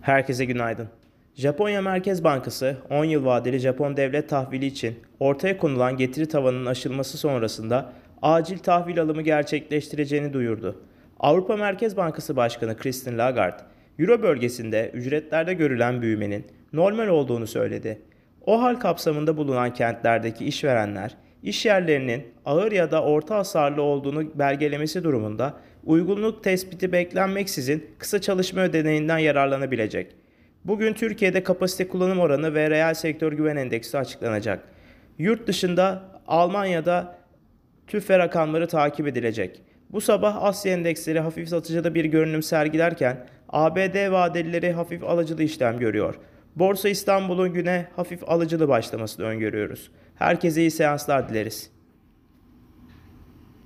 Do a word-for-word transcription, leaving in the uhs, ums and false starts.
Herkese günaydın. Japonya Merkez Bankası on yıl vadeli Japon devlet tahvili için ortaya konulan getiri tavanının aşılması sonrasında acil tahvil alımı gerçekleştireceğini duyurdu. Avrupa Merkez Bankası Başkanı Christine Lagarde, Euro bölgesinde ücretlerde görülen büyümenin normal olduğunu söyledi. O hal kapsamında bulunan kentlerdeki işverenler, iş yerlerinin ağır ya da orta hasarlı olduğunu belgelemesi durumunda uygunluk tespiti beklenmeksizin kısa çalışma ödeneğinden yararlanabilecek. Bugün Türkiye'de kapasite kullanım oranı ve reel sektör güven endeksi açıklanacak. Yurt dışında Almanya'da TÜFE rakamları takip edilecek. Bu sabah Asya endeksleri hafif satıcıda bir görünüm sergilerken A B D vadelileri hafif alıcılı işlem görüyor. Borsa İstanbul'un güne hafif alıcılı başlamasını öngörüyoruz. Herkese iyi seanslar dileriz.